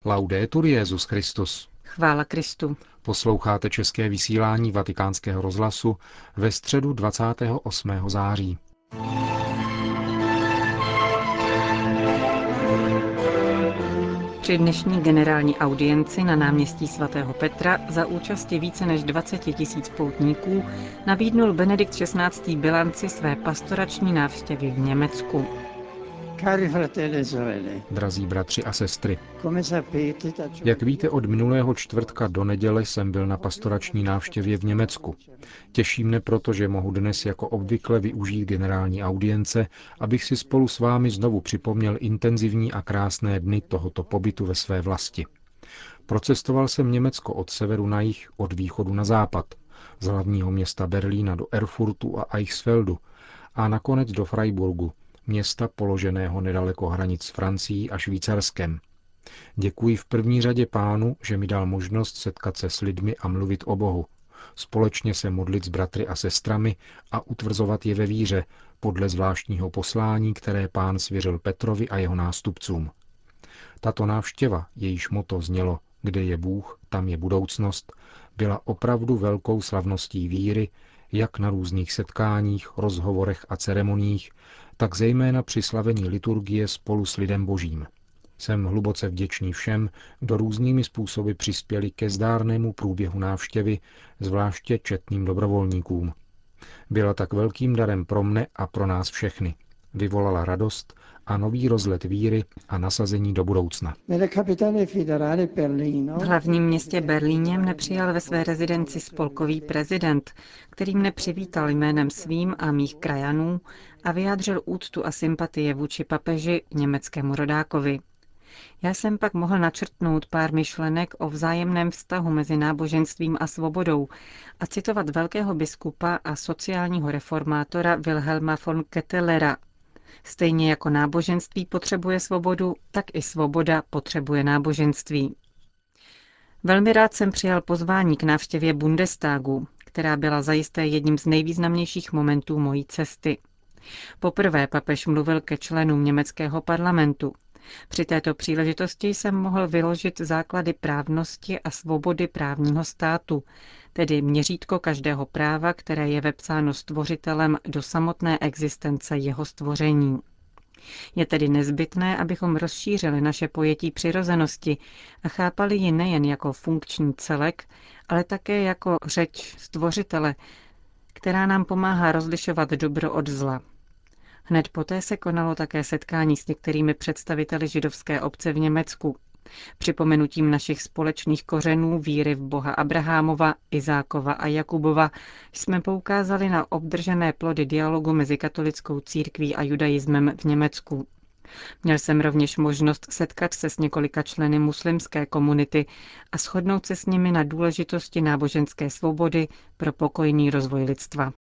Laudetur Jesus Christus. Chvála Kristu. Posloucháte české vysílání Vatikánského rozhlasu ve středu 28. září. Při dnešní generální audienci na náměstí svatého Petra za účasti více než 20 000 poutníků nabídnul Benedikt XVI. Bilanci své pastorační návštěvy v Německu. Drazí bratři a sestry, jak víte, od minulého čtvrtka do neděle jsem byl na pastorační návštěvě v Německu. Těší mne proto, že mohu dnes jako obvykle využít generální audience, abych si spolu s vámi znovu připomněl intenzivní a krásné dny tohoto pobytu ve své vlasti. Procestoval jsem Německo od severu na jih, od východu na západ, z hlavního města Berlína do Erfurtu a Eichsfeldu a nakonec do Freiburgu, města položeného nedaleko hranic s Francií a Švýcarskem. Děkuji v první řadě Pánu, že mi dal možnost setkat se s lidmi a mluvit o Bohu, společně se modlit s bratry a sestrami a utvrzovat je ve víře podle zvláštního poslání, které Pán svěřil Petrovi a jeho nástupcům. Tato návštěva, jejíž motto znělo Kde je Bůh, tam je budoucnost, byla opravdu velkou slavností víry, jak na různých setkáních, rozhovorech a ceremoniích, tak zejména při slavení liturgie spolu s lidem Božím. Jsem hluboce vděčný všem, kdo různými způsoby přispěli ke zdárnému průběhu návštěvy, zvláště četným dobrovolníkům. Byla tak velkým darem pro mne a pro nás všechny. Vyvolala radost a nový rozlet víry a nasazení do budoucna. V hlavním městě Berlíně mne přijal ve své rezidenci spolkový prezident, který mne přivítal jménem svým a mých krajanů a vyjádřil úctu a sympatie vůči papeži, německému rodákovi. Já jsem pak mohl načrtnout pár myšlenek o vzájemném vztahu mezi náboženstvím a svobodou a citovat velkého biskupa a sociálního reformátora Wilhelma von Kettelera. Stejně jako náboženství potřebuje svobodu, tak i svoboda potřebuje náboženství. Velmi rád jsem přijal pozvání k návštěvě Bundestagu, která byla zajisté jedním z nejvýznamnějších momentů mojí cesty. Poprvé papež mluvil ke členům německého parlamentu. Při této příležitosti jsem mohl vyložit základy právnosti a svobody právního státu, tedy měřítko každého práva, které je vepsáno Stvořitelem do samotné existence jeho stvoření. Je tedy nezbytné, abychom rozšířili naše pojetí přirozenosti a chápali ji nejen jako funkční celek, ale také jako řeč Stvořitele, která nám pomáhá rozlišovat dobro od zla. Hned poté se konalo také setkání s některými představiteli židovské obce v Německu. Připomenutím našich společných kořenů víry v Boha Abrahamova, Izákova a Jakubova jsme poukázali na obdržené plody dialogu mezi katolickou církví a judaismem v Německu. Měl jsem rovněž možnost setkat se s několika členy muslimské komunity a shodnout se s nimi na důležitosti náboženské svobody pro pokojný rozvoj lidstva.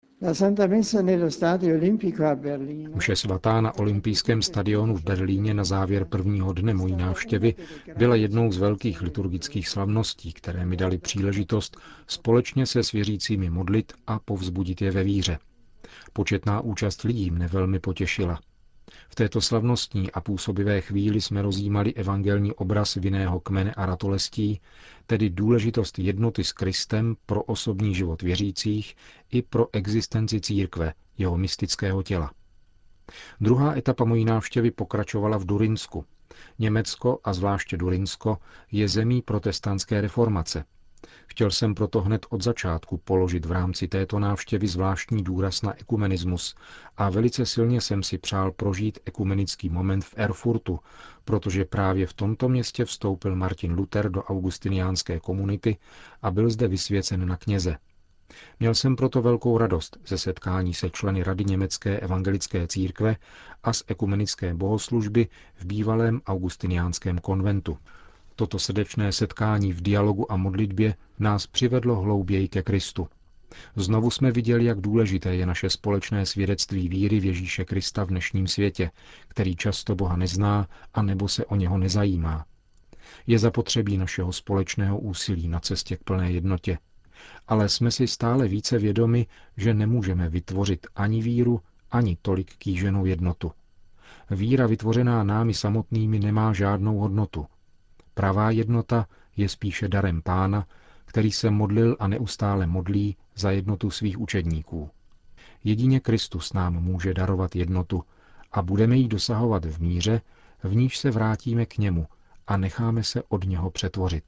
Mše svatá na olympijském stadionu v Berlíně na závěr prvního dne mojí návštěvy byla jednou z velkých liturgických slavností, které mi dali příležitost společně se svěřícími modlit a povzbudit je ve víře. Početná účast lidí mne velmi potěšila. V této slavnostní a působivé chvíli jsme rozjímali evangelní obraz vinného kmene a ratolestí, tedy důležitost jednoty s Kristem pro osobní život věřících i pro existenci církve, jeho mystického těla. Druhá etapa mojí návštěvy pokračovala v Durinsku. Německo a zvláště Durinsko je zemí protestantské reformace. Chtěl jsem proto hned od začátku položit v rámci této návštěvy zvláštní důraz na ekumenismus a velice silně jsem si přál prožít ekumenický moment v Erfurtu, protože právě v tomto městě vstoupil Martin Luther do augustiniánské komunity a byl zde vysvěcen na kněze. Měl jsem proto velkou radost ze setkání se členy Rady německé evangelické církve a z ekumenické bohoslužby v bývalém augustiniánském konventu. Toto srdečné setkání v dialogu a modlitbě nás přivedlo hlouběji ke Kristu. Znovu jsme viděli, jak důležité je naše společné svědectví víry v Ježíše Krista v dnešním světě, který často Boha nezná a nebo se o něho nezajímá. Je zapotřebí našeho společného úsilí na cestě k plné jednotě, ale jsme si stále více vědomi, že nemůžeme vytvořit ani víru, ani tolik kýženou jednotu. Víra vytvořená námi samotnými nemá žádnou hodnotu. Pravá jednota je spíše darem Pána, který se modlil a neustále modlí za jednotu svých učedníků. Jedině Kristus nám může darovat jednotu a budeme ji dosahovat v míře, v níž se vrátíme k němu a necháme se od něho přetvořit.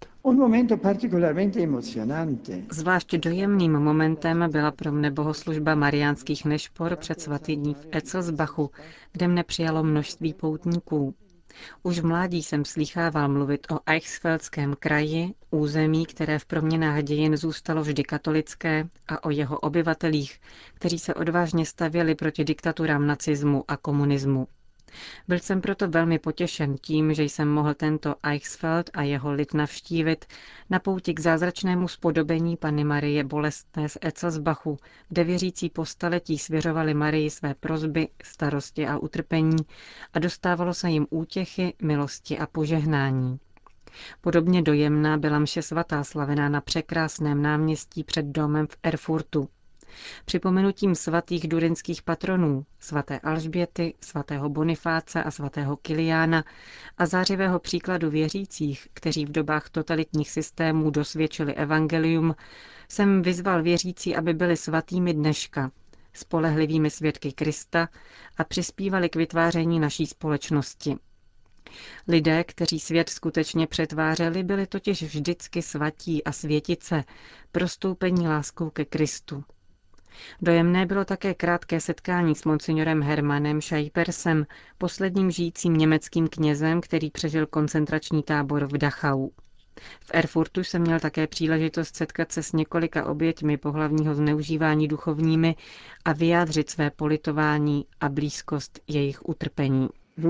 Zvlášť dojemným momentem byla pro mne bohoslužba mariánských nešpor před svatydní v Etzelsbachu, kde mne přijalo množství poutníků. Už v mládí jsem slýchával mluvit o Eichsfeldském kraji, území, které v proměnách dějin zůstalo vždy katolické, a o jeho obyvatelích, kteří se odvážně stavěli proti diktaturám nacismu a komunismu. Byl jsem proto velmi potěšen tím, že jsem mohl tento Eichsfeld a jeho lid navštívit na pouti k zázračnému spodobení Panny Marie Bolestné z Etzelsbachu, kde věřící po staletí svěřovali Marii své prosby, starosti a utrpení a dostávalo se jim útěchy, milosti a požehnání. Podobně dojemná byla mše svatá slavená na překrásném náměstí před domem v Erfurtu. Připomenutím svatých durinských patronů, svaté Alžběty, svatého Bonifáce a svatého Kiliána a zářivého příkladu věřících, kteří v dobách totalitních systémů dosvědčili evangelium, jsem vyzval věřící, aby byli svatými dneška, spolehlivými svědky Krista a přispívali k vytváření naší společnosti. Lidé, kteří svět skutečně přetvářeli, byli totiž vždycky svatí a světice, prostoupení láskou ke Kristu. Dojemné bylo také krátké setkání s monsignorem Hermanem Scheipersem, posledním žijícím německým knězem, který přežil koncentrační tábor v Dachau. V Erfurtu jsem měl také příležitost setkat se s několika oběťmi pohlavního zneužívání duchovními a vyjádřit své politování a blízkost jejich utrpení.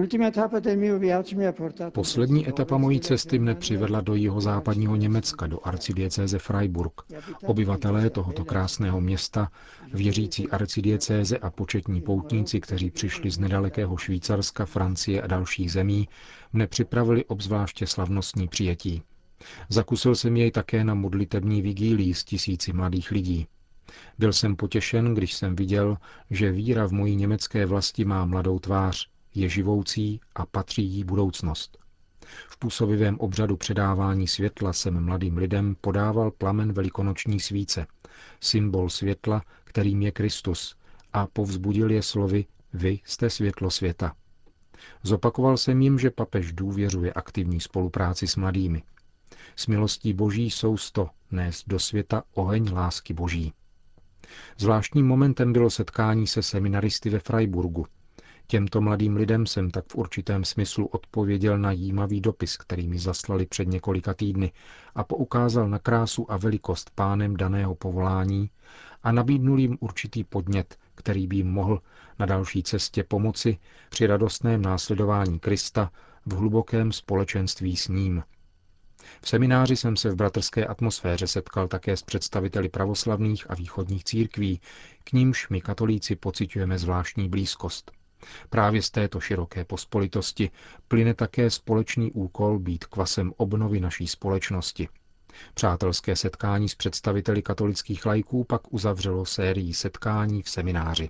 Poslední etapa mojí cesty mne přivedla do jihozápadního Německa, do arcidiecéze Freiburg. Obyvatelé tohoto krásného města, věřící arcidiecéze a početní poutníci, kteří přišli z nedalekého Švýcarska, Francie a dalších zemí, mne připravili obzvláště slavnostní přijetí. Zakusil jsem jej také na modlitební vigílii s tisíci mladých lidí. Byl jsem potěšen, když jsem viděl, že víra v mojí německé vlasti má mladou tvář, je živoucí a patří jí budoucnost. V působivém obřadu předávání světla jsem mladým lidem podával plamen velikonoční svíce, symbol světla, kterým je Kristus, a povzbudil je slovy: vy jste světlo světa. Zopakoval jsem jim, že papež důvěřuje aktivní spolupráci s mladými. S milostí Boží sousto nést do světa oheň lásky Boží. Zvláštním momentem bylo setkání se seminaristy ve Freiburgu. Těmto mladým lidem jsem tak v určitém smyslu odpověděl na jímavý dopis, který mi zaslali před několika týdny, a poukázal na krásu a velikost Pánem daného povolání a nabídnul jim určitý podnět, který by jim mohl na další cestě pomoci při radostném následování Krista v hlubokém společenství s ním. V semináři jsem se v bratrské atmosféře setkal také s představiteli pravoslavných a východních církví, k nímž my katolíci pociťujeme zvláštní blízkost. Právě z této široké pospolitosti plyne také společný úkol být kvasem obnovy naší společnosti. Přátelské setkání s představiteli katolických laiků pak uzavřelo sérii setkání v semináři.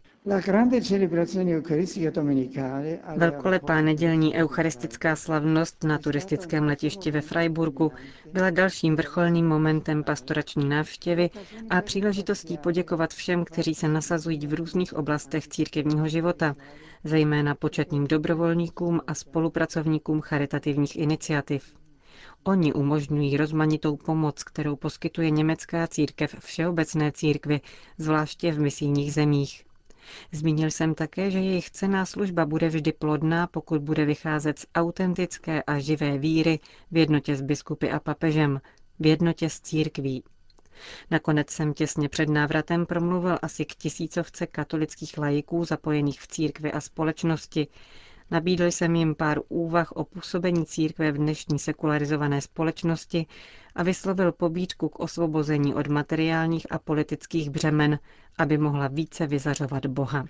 Velkolepá nedělní eucharistická slavnost na turistickém letišti ve Freiburgu byla dalším vrcholným momentem pastorační návštěvy a příležitostí poděkovat všem, kteří se nasazují v různých oblastech církevního života, zejména početným dobrovolníkům a spolupracovníkům charitativních iniciativ. Oni umožňují rozmanitou pomoc, kterou poskytuje německá církev všeobecné církvi, zvláště v misijních zemích. Zmínil jsem také, že jejich cenná služba bude vždy plodná, pokud bude vycházet z autentické a živé víry v jednotě s biskupy a papežem, v jednotě s církví. Nakonec jsem těsně před návratem promluvil asi k 1000 katolických laiků zapojených v církvi a společnosti. Nabídl jsem jim pár úvah o působení církve v dnešní sekularizované společnosti a vyslovil pobídku k osvobození od materiálních a politických břemen, aby mohla více vyzařovat Boha.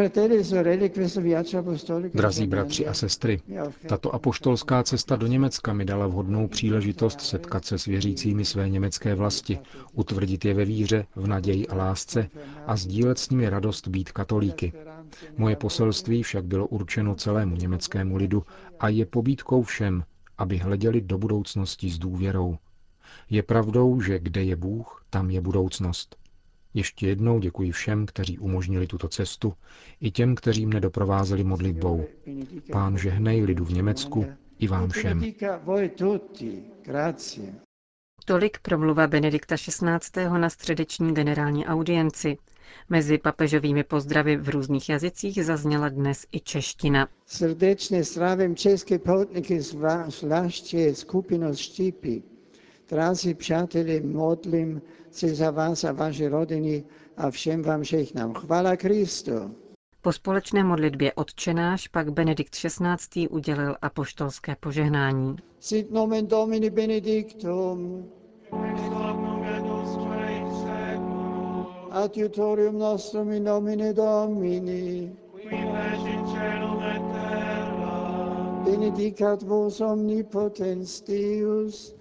Drazí bratři a sestry, tato apoštolská cesta do Německa mi dala vhodnou příležitost setkat se s věřícími své německé vlasti, utvrdit je ve víře, v naději a lásce a sdílet s nimi radost být katolíky. Moje poselství však bylo určeno celému německému lidu a je pobídkou všem, aby hleděli do budoucnosti s důvěrou. Je pravdou, že kde je Bůh, tam je budoucnost. Ještě jednou děkuji všem, kteří umožnili tuto cestu, i těm, kteří mne doprovázeli modlitbou. Pán žehnej lidu v Německu i vám všem. Tolik promluva Benedikta XVI. Na středeční generální audienci. Mezi papežovými pozdravy v různých jazycích zazněla dnes i čeština. Srdečně zdravím české poutníky zvláště skupinu Štipy. Drazí přáteli, modlím se za vás a vaše rodiny a všem vám žehnám. Chvála Kristu. Po společné modlitbě Otčenáš pak Benedikt XVI. Udělil apoštolské požehnání. Sit nomen Domini benedictum. Adiutorium nostrum in nomine Domini. Benedicat vos omnipotens Deus,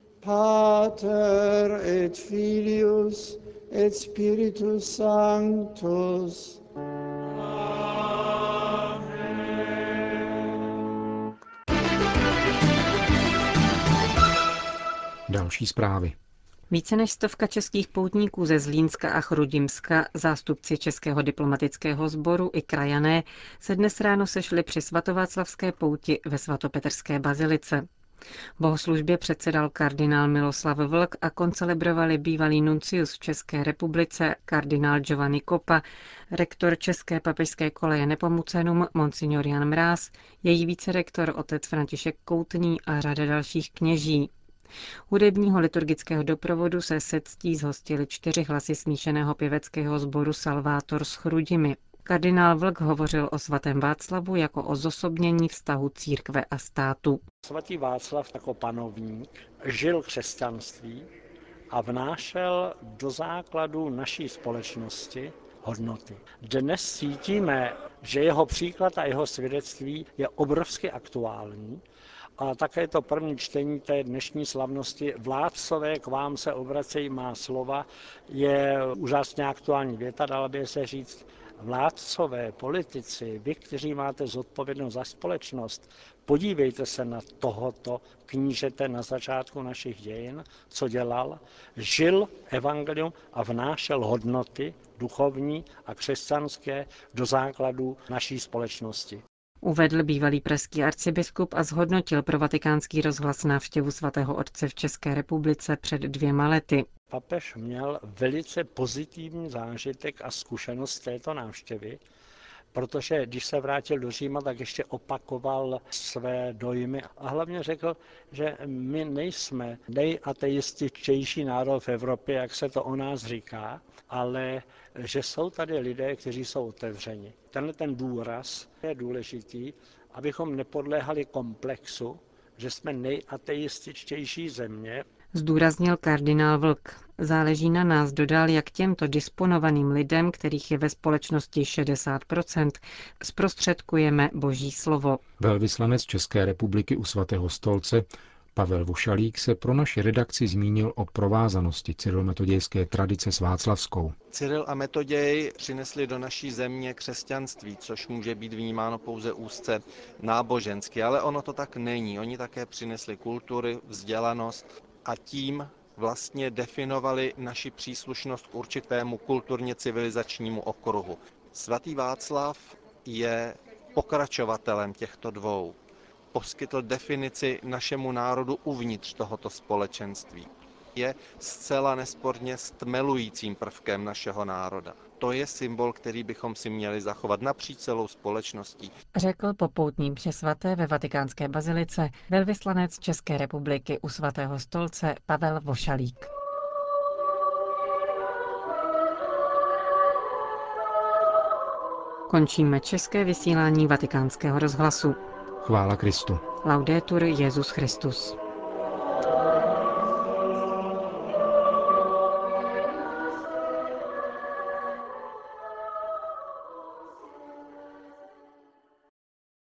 Pater et Filius et Spiritus Sanctus. Další zprávy. Více než 100 českých poutníků ze Zlínska a Chrudimska, zástupci Českého diplomatického sboru i krajané, se dnes ráno sešli při svatováclavské pouti ve svatopetrské bazilice. Bohoslužbě předsedal kardinál Miloslav Vlk a koncelebrovali bývalý nuncius v České republice kardinál Giovanni Coppa, rektor České papežské koleje Nepomucenum monsignor Jan Mráz, její vicerektor otec František Koutný a řada dalších kněží. Hudebního liturgického doprovodu se se ctí zhostili 4 hlasy smíšeného pěveckého sboru Salvátor s Chrudimi. Kardinál Vlk hovořil o svatém Václavu jako o zosobnění vztahu církve a státu. Svatý Václav jako panovník žil křesťanství a vnášel do základu naší společnosti hodnoty. Dnes cítíme, že jeho příklad a jeho svědectví je obrovsky aktuální. A také to první čtení té dnešní slavnosti Vládcové k vám se obracejí má slova je úžasně aktuální věta, dala by se říct, vládcové, politici, vy, kteří máte zodpovědnost za společnost, podívejte se na tohoto knížete na začátku našich dějin, co dělal, žil evangelium a vnášel hodnoty duchovní a křesťanské do základů naší společnosti. Uvedl bývalý pražský arcibiskup a zhodnotil pro Vatikánský rozhlas návštěvu svatého otce v České republice před 2 lety. Papež měl velice pozitivní zážitek a zkušenost této návštěvy, protože když se vrátil do Říma, tak ještě opakoval své dojmy a hlavně řekl, že my nejsme nejateističtější národ v Evropě, jak se to o nás říká, ale že jsou tady lidé, kteří jsou otevřeni. Ten důraz je důležitý, abychom nepodléhali komplexu, že jsme nejateističtější země. Zdůraznil kardinál Vlk. Záleží na nás, dodal, jak těmto disponovaným lidem, kterých je ve společnosti 60%, zprostředkujeme Boží slovo. Velvyslanec České republiky u svatého stolce Pavel Vošalík se pro naši redakci zmínil o provázanosti cyrilometodějské tradice s václavskou. Cyril a Metoděj přinesli do naší země křesťanství, což může být vnímáno pouze úzce nábožensky, ale ono to tak není. Oni také přinesli kultury, vzdělanost a tím vlastně definovali naši příslušnost k určitému kulturně civilizačnímu okruhu. Svatý Václav je pokračovatelem těchto dvou. Poskytl definici našemu národu uvnitř tohoto společenství. Je zcela nesporně stmelujícím prvkem našeho národa. To je symbol, který bychom si měli zachovat napříč celou společností. Řekl po poutní mši svaté ve Vatikánské bazilice velvyslanec České republiky u svatého stolce Pavel Vošalík. Končíme české vysílání Vatikánského rozhlasu. Chvála Kristu. Laudetur Jesus Christus.